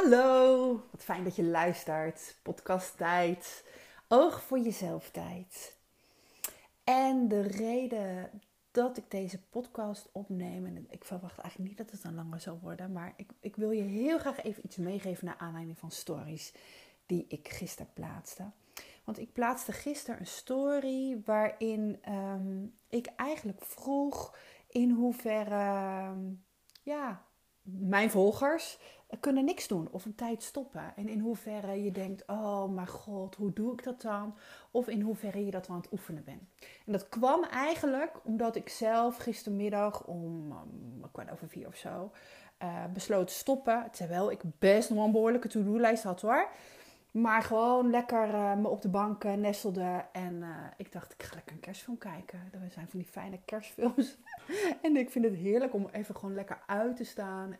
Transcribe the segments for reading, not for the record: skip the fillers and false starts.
Hallo, wat fijn dat je luistert. Podcast tijd, oog voor jezelf tijd. En de reden dat ik deze podcast opneem, en ik verwacht eigenlijk niet dat het een langer zal worden, maar ik wil je heel graag even iets meegeven naar aanleiding van stories die ik gisteren plaatste. Want ik plaatste gisteren een story waarin ik eigenlijk vroeg in hoeverre mijn volgers kunnen niks doen of een tijd stoppen. En in hoeverre je denkt, oh mijn god, hoe doe ik dat dan? Of in hoeverre je dat wel aan het oefenen bent. En dat kwam eigenlijk omdat ik zelf gistermiddag om 4:15 of zo besloot te stoppen. Terwijl ik best nog een behoorlijke to-do-lijst had hoor. Maar gewoon lekker me op de bank nestelde. En ik dacht, ik ga lekker een kerstfilm kijken. Er zijn van die fijne kerstfilms. En ik vind het heerlijk om even gewoon lekker uit te staan.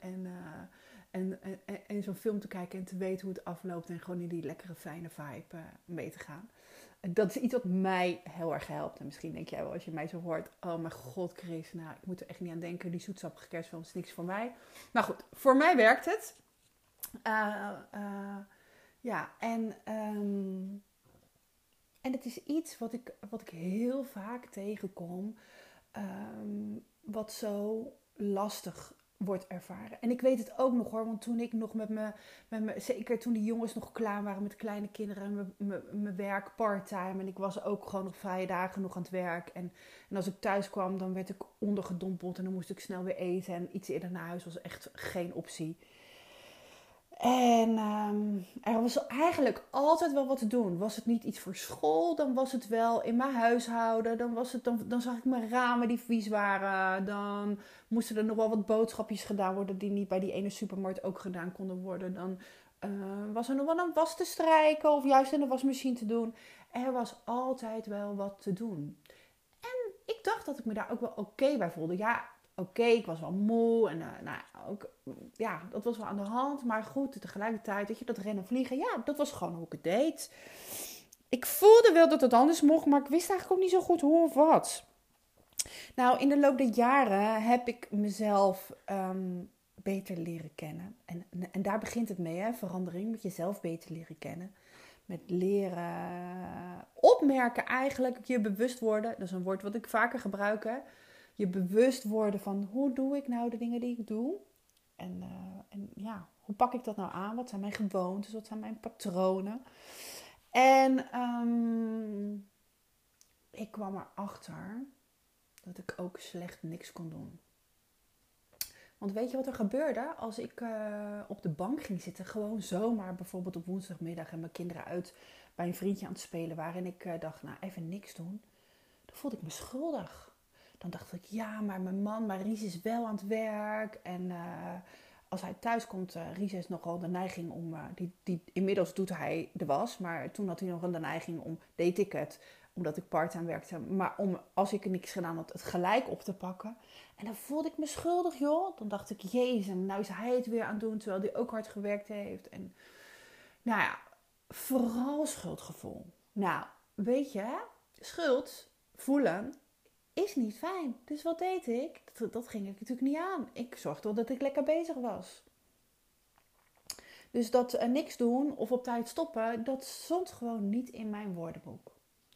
En zo'n film te kijken en te weten hoe het afloopt. En gewoon in die lekkere fijne vibe mee te gaan. Dat is iets wat mij heel erg helpt. En misschien denk jij wel als je mij zo hoort. Oh mijn god Chris, nou ik moet er echt niet aan denken. Die zoetsappige kerstfilm is niks voor mij. Maar goed, voor mij werkt het. En het is iets wat ik heel vaak tegenkom, wat zo lastig wordt ervaren. En ik weet het ook nog hoor, want toen ik nog met me zeker toen die jongens nog klaar waren met kleine kinderen en mijn werk parttime. En ik was ook gewoon nog vrije dagen nog aan het werk. En als ik thuis kwam, dan werd ik ondergedompeld en dan moest ik snel weer eten. En iets eerder naar huis was echt geen optie. En er was eigenlijk altijd wel wat te doen. Was het niet iets voor school, dan was het wel in mijn huishouden. Dan zag ik mijn ramen die vies waren. Dan moesten er nog wel wat boodschapjes gedaan worden die niet bij die ene supermarkt ook gedaan konden worden. Dan was er nog wel een was te strijken of juist in de wasmachine te doen. Er was altijd wel wat te doen. Ik dacht dat ik me daar ook wel oké bij voelde. Ja, oké, ik was wel moe en dat was wel aan de hand. Maar goed, tegelijkertijd, dat je dat rennen vliegen, ja, dat was gewoon hoe ik het deed. Ik voelde wel dat het anders mocht, maar ik wist eigenlijk ook niet zo goed hoe of wat. Nou, in de loop der jaren heb ik mezelf beter leren kennen. En daar begint het mee, hè? Verandering, met jezelf beter leren kennen. Met leren opmerken eigenlijk, je bewust worden. Dat is een woord wat ik vaker gebruik. Hè? Je bewust worden van hoe doe ik nou de dingen die ik doe. En hoe pak ik dat nou aan? Wat zijn mijn gewoontes? Wat zijn mijn patronen? En ik kwam erachter dat ik ook slecht niks kon doen. Want weet je wat er gebeurde als ik op de bank ging zitten? Gewoon zomaar bijvoorbeeld op woensdagmiddag en mijn kinderen uit bij een vriendje aan het spelen waren. En ik dacht, nou even niks doen. Dan voelde ik me schuldig. Dan dacht ik, ja, maar mijn man, Ries is wel aan het werk. En als hij thuis komt, Ries heeft nogal de neiging om... inmiddels doet hij de was, maar toen had hij nog de neiging om, deed ik het... omdat ik part-time werkte. Maar om, als ik niks gedaan had, het gelijk op te pakken. En dan voelde ik me schuldig, joh. Dan dacht ik, jezus, nou is hij het weer aan het doen, terwijl hij ook hard gewerkt heeft. En nou ja, vooral schuldgevoel. Nou, weet je, schuld voelen is niet fijn. Dus wat deed ik? Dat ging ik natuurlijk niet aan. Ik zorgde wel dat ik lekker bezig was. Dus dat niks doen of op tijd stoppen, dat stond gewoon niet in mijn woordenboek.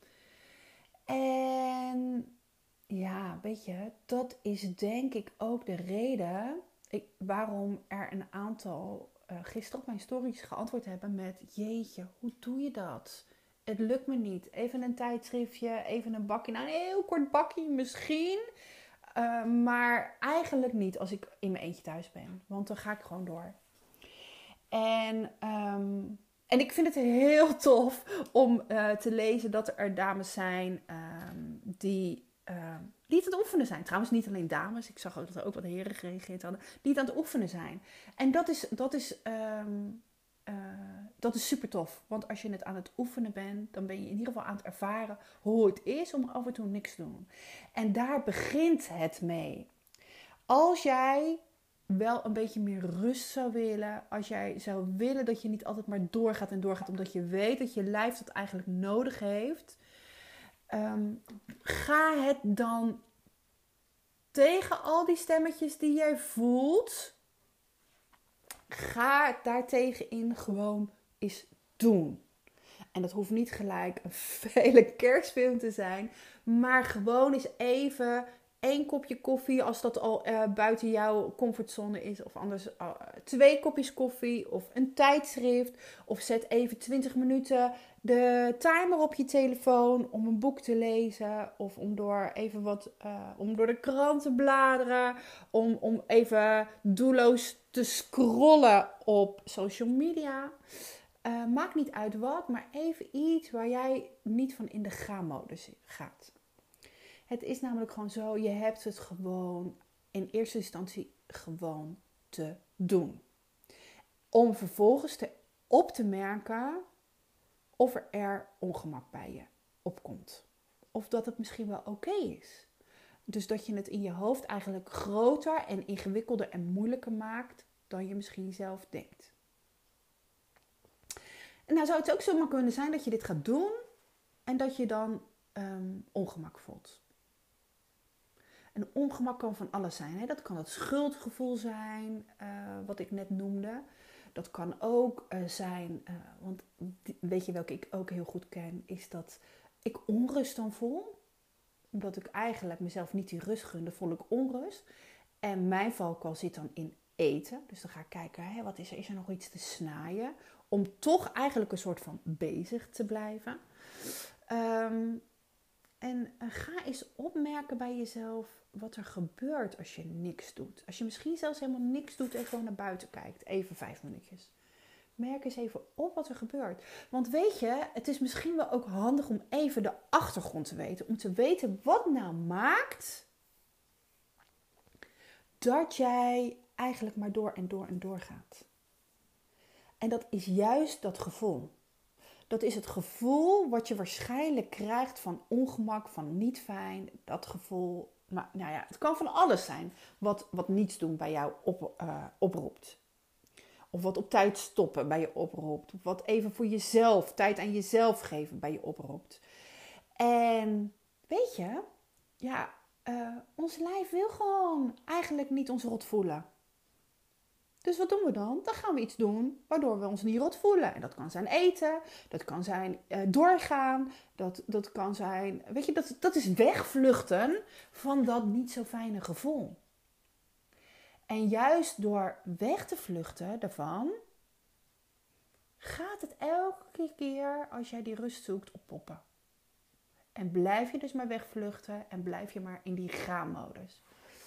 En ja, weet je, dat is denk ik ook de reden waarom er een aantal gisteren op mijn stories geantwoord hebben met... Jeetje, hoe doe je dat? Het lukt me niet. Even een tijdschriftje, even een bakje. Nou, een heel kort bakje misschien. Maar eigenlijk niet als ik in mijn eentje thuis ben. Want dan ga ik gewoon door. En ik vind het heel tof om te lezen dat er dames zijn die het aan het oefenen zijn. Trouwens niet alleen dames. Ik zag ook dat er ook wat heren gereageerd hadden. Die het aan het oefenen zijn. En dat is super tof. Want als je het aan het oefenen bent, dan ben je in ieder geval aan het ervaren hoe het is om af en toe niks te doen. En daar begint het mee. Als jij wel een beetje meer rust zou willen. Als jij zou willen dat je niet altijd maar doorgaat en doorgaat. Omdat je weet dat je lijf dat eigenlijk nodig heeft. Ga het dan tegen al die stemmetjes die jij voelt. ga daartegen in gewoon eens doen. En dat hoeft niet gelijk een vele kerstfilm te zijn. Maar gewoon eens even 1 kopje koffie. Als dat al buiten jouw comfortzone is. Of anders 2 kopjes koffie. Of een tijdschrift. Of zet even 20 minuten de timer op je telefoon. Om een boek te lezen. Of om door om door de krant te bladeren. Om even doelloos te scrollen op social media. Maakt niet uit wat, maar even iets waar jij niet van in de ga-modus gaat. Het is namelijk gewoon zo, je hebt het gewoon in eerste instantie gewoon te doen. Om vervolgens op te merken of er ongemak bij je opkomt. Of dat het misschien wel oké is. Dus dat je het in je hoofd eigenlijk groter en ingewikkelder en moeilijker maakt dan je misschien zelf denkt. En nou zou het ook zomaar kunnen zijn dat je dit gaat doen en dat je dan ongemak voelt. En ongemak kan van alles zijn. Hè? Dat kan het schuldgevoel zijn, wat ik net noemde. Dat kan ook zijn, want weet je welke ik ook heel goed ken, is dat ik onrust dan voel. Omdat ik eigenlijk mezelf niet die rust gunde, voel ik onrust. En mijn valkuil zit dan in eten. Dus dan ga ik kijken, hè, wat is er nog iets te snaaien? Om toch eigenlijk een soort van bezig te blijven. En ga eens opmerken bij jezelf wat er gebeurt als je niks doet. Als je misschien zelfs helemaal niks doet en gewoon naar buiten kijkt. Even 5 minuutjes. Merk eens even op wat er gebeurt. Want weet je, het is misschien wel ook handig om even de achtergrond te weten. Om te weten wat nou maakt dat jij eigenlijk maar door en door en door gaat. En dat is juist dat gevoel. Dat is het gevoel wat je waarschijnlijk krijgt van ongemak, van niet fijn. Dat gevoel, maar nou ja, het kan van alles zijn wat niets doen bij jou oproept. Of wat op tijd stoppen bij je oproept. Of wat even voor jezelf, tijd aan jezelf geven bij je oproept. En weet je, ja, ons lijf wil gewoon eigenlijk niet ons rot voelen. Dus wat doen we dan? Dan gaan we iets doen waardoor we ons niet rot voelen. En dat kan zijn eten, dat kan zijn doorgaan, dat kan zijn, weet je, dat is wegvluchten van dat niet zo fijne gevoel. En juist door weg te vluchten daarvan, gaat het elke keer als jij die rust zoekt oppoppen. En blijf je dus maar wegvluchten en blijf je maar in die ga-modus.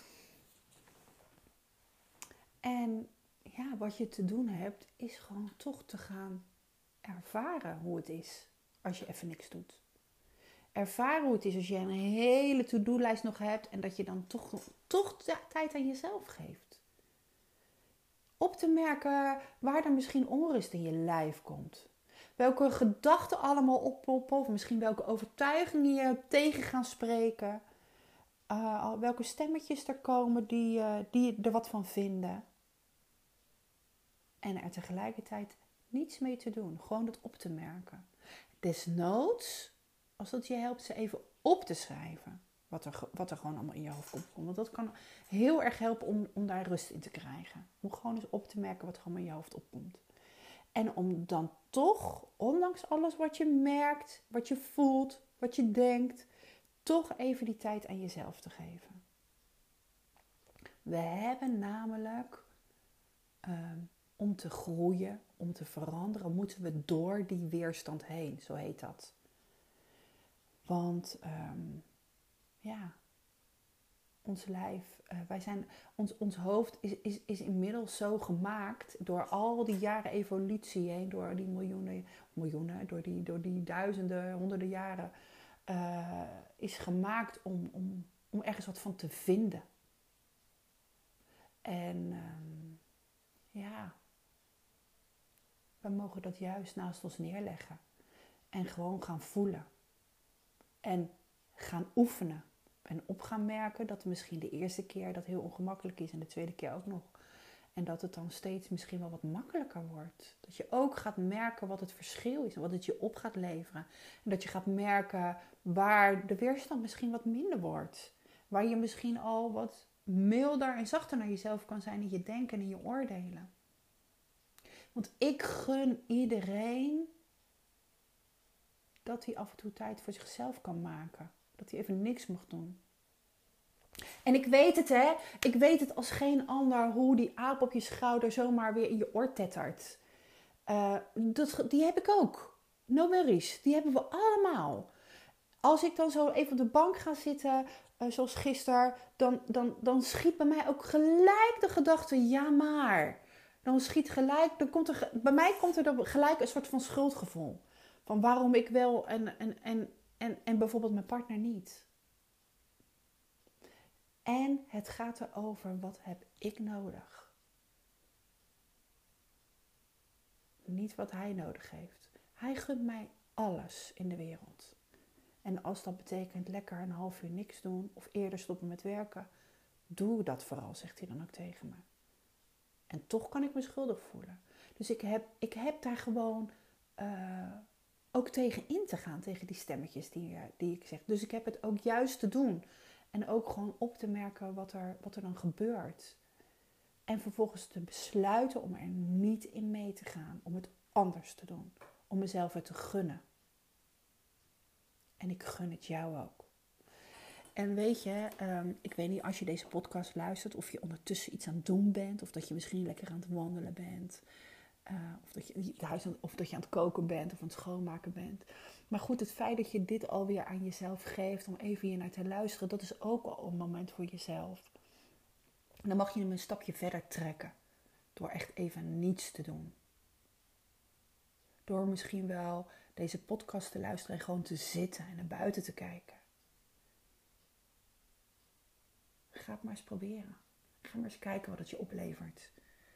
En ja, wat je te doen hebt, is gewoon toch te gaan ervaren hoe het is als je even niks doet. Ervaren hoe het is als je een hele to-do-lijst nog hebt en dat je dan toch tijd aan jezelf geeft. Op te merken waar er misschien onrust in je lijf komt. Welke gedachten allemaal oppoppen of misschien welke overtuigingen je tegen gaan spreken. Welke stemmetjes er komen die er wat van vinden. En er tegelijkertijd niets mee te doen. Gewoon dat op te merken. Desnoods, als dat je helpt, ze even op te schrijven. Wat er gewoon allemaal in je hoofd komt. Want dat kan heel erg helpen om daar rust in te krijgen. Om gewoon eens op te merken wat er allemaal in je hoofd opkomt. En om dan toch, ondanks alles wat je merkt, wat je voelt, wat je denkt, toch even die tijd aan jezelf te geven. We hebben namelijk, om te groeien, om te veranderen, moeten we door die weerstand heen. Zo heet dat. Want ons lijf, ons hoofd is inmiddels zo gemaakt door al die jaren evolutie heen, door die miljoenen, door die duizenden, honderden jaren, is gemaakt om ergens wat van te vinden. En we mogen dat juist naast ons neerleggen en gewoon gaan voelen en gaan oefenen. En op gaan merken dat misschien de eerste keer dat heel ongemakkelijk is en de tweede keer ook nog. En dat het dan steeds misschien wel wat makkelijker wordt. Dat je ook gaat merken wat het verschil is en wat het je op gaat leveren. En dat je gaat merken waar de weerstand misschien wat minder wordt. Waar je misschien al wat milder en zachter naar jezelf kan zijn in je denken en in je oordelen. Want ik gun iedereen dat hij af en toe tijd voor zichzelf kan maken. Dat hij even niks mag doen. En ik weet het, hè. Ik weet het als geen ander hoe die aap op je schouder zomaar weer in je oor tettert. Die heb ik ook. No worries. Die hebben we allemaal. Als ik dan zo even op de bank ga zitten, zoals gisteren, dan schiet bij mij ook gelijk de gedachte, ja maar. Bij mij komt er dan gelijk een soort van schuldgevoel. Van waarom ik wel en bijvoorbeeld mijn partner niet. En het gaat erover, wat heb ik nodig? Niet wat hij nodig heeft. Hij gunt mij alles in de wereld. En als dat betekent lekker een half uur niks doen of eerder stoppen met werken, doe dat vooral, zegt hij dan ook tegen me. En toch kan ik me schuldig voelen. Dus ik heb daar gewoon ook tegen in te gaan, tegen die stemmetjes die ik zeg. Dus ik heb het ook juist te doen. En ook gewoon op te merken wat er dan gebeurt. En vervolgens te besluiten om er niet in mee te gaan. Om het anders te doen. Om mezelf het te gunnen. En ik gun het jou ook. En weet je, ik weet niet als je deze podcast luistert of je ondertussen iets aan het doen bent. Of dat je misschien lekker aan het wandelen bent. Of dat je aan het koken bent of aan het schoonmaken bent. Maar goed, het feit dat je dit alweer aan jezelf geeft om even hier naar te luisteren, dat is ook al een moment voor jezelf. En dan mag je hem een stapje verder trekken. Door echt even niets te doen. Door misschien wel deze podcast te luisteren en gewoon te zitten en naar buiten te kijken. Ga het maar eens proberen. Ga maar eens kijken wat het je oplevert.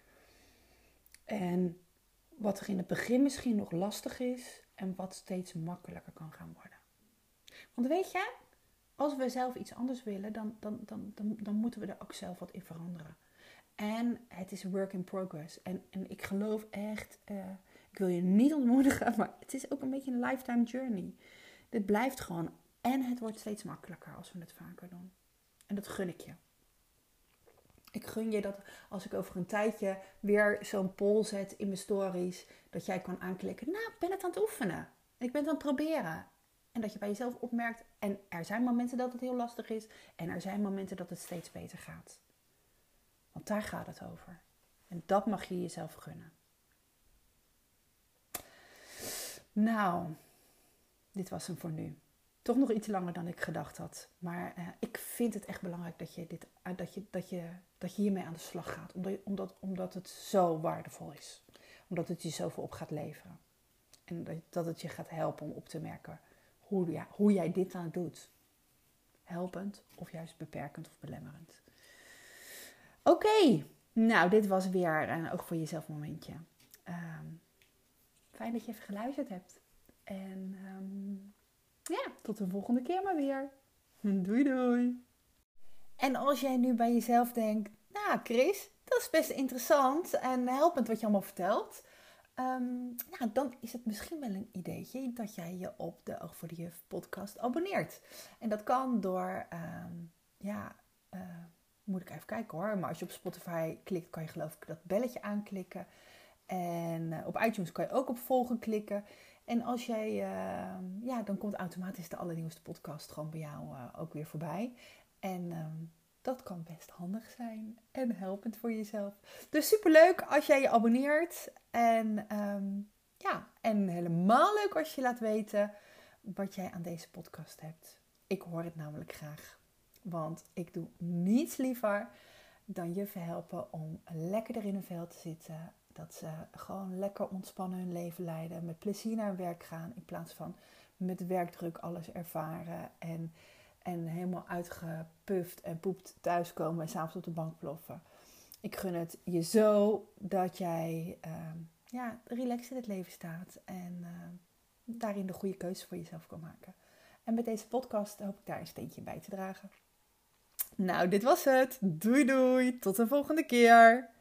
En wat er in het begin misschien nog lastig is en wat steeds makkelijker kan gaan worden. Want weet je, als we zelf iets anders willen, dan moeten we er ook zelf wat in veranderen. En het is work in progress. En ik geloof echt, ik wil je niet ontmoedigen, maar het is ook een beetje een lifetime journey. Dit blijft gewoon en het wordt steeds makkelijker als we het vaker doen. En dat gun ik je. Ik gun je dat als ik over een tijdje weer zo'n poll zet in mijn stories, dat jij kan aanklikken, nou, ik ben het aan het oefenen. Ik ben het aan het proberen. En dat je bij jezelf opmerkt, en er zijn momenten dat het heel lastig is, en er zijn momenten dat het steeds beter gaat. Want daar gaat het over. En dat mag je jezelf gunnen. Nou, dit was hem voor nu. Toch nog iets langer dan ik gedacht had. Maar ik vind het echt belangrijk dat je hiermee aan de slag gaat. Omdat het zo waardevol is. Omdat het je zoveel op gaat leveren. En dat het je gaat helpen om op te merken hoe jij dit dan doet. Helpend of juist beperkend of belemmerend. Oké, nou dit was weer ook voor jezelf een momentje. Fijn dat je even geluisterd hebt. En ja, tot de volgende keer maar weer. Doei doei. En als jij nu bij jezelf denkt, nou Chris, dat is best interessant en helpend wat je allemaal vertelt. Nou, dan is het misschien wel een ideetje dat jij je op de Oog voor de Juf podcast abonneert. En dat kan door, moet ik even kijken hoor. Maar als je op Spotify klikt, kan je geloof ik dat belletje aanklikken. En op iTunes kan je ook op volgen klikken. En als jij, dan komt automatisch de allernieuwste podcast gewoon bij jou ook weer voorbij. En dat kan best handig zijn en helpend voor jezelf. Dus superleuk als jij je abonneert. En en helemaal leuk als je laat weten wat jij aan deze podcast hebt. Ik hoor het namelijk graag. Want ik doe niets liever dan juffen helpen om lekkerder in hun vel te zitten. Dat ze gewoon lekker ontspannen hun leven leiden. Met plezier naar hun werk gaan. In plaats van met werkdruk alles ervaren. En helemaal uitgepuft en poept thuiskomen en 's avonds op de bank ploffen. Ik gun het je zo dat jij relaxed in het leven staat. En daarin de goede keuzes voor jezelf kan maken. En met deze podcast hoop ik daar een steentje bij te dragen. Nou, dit was het. Doei doei. Tot de volgende keer.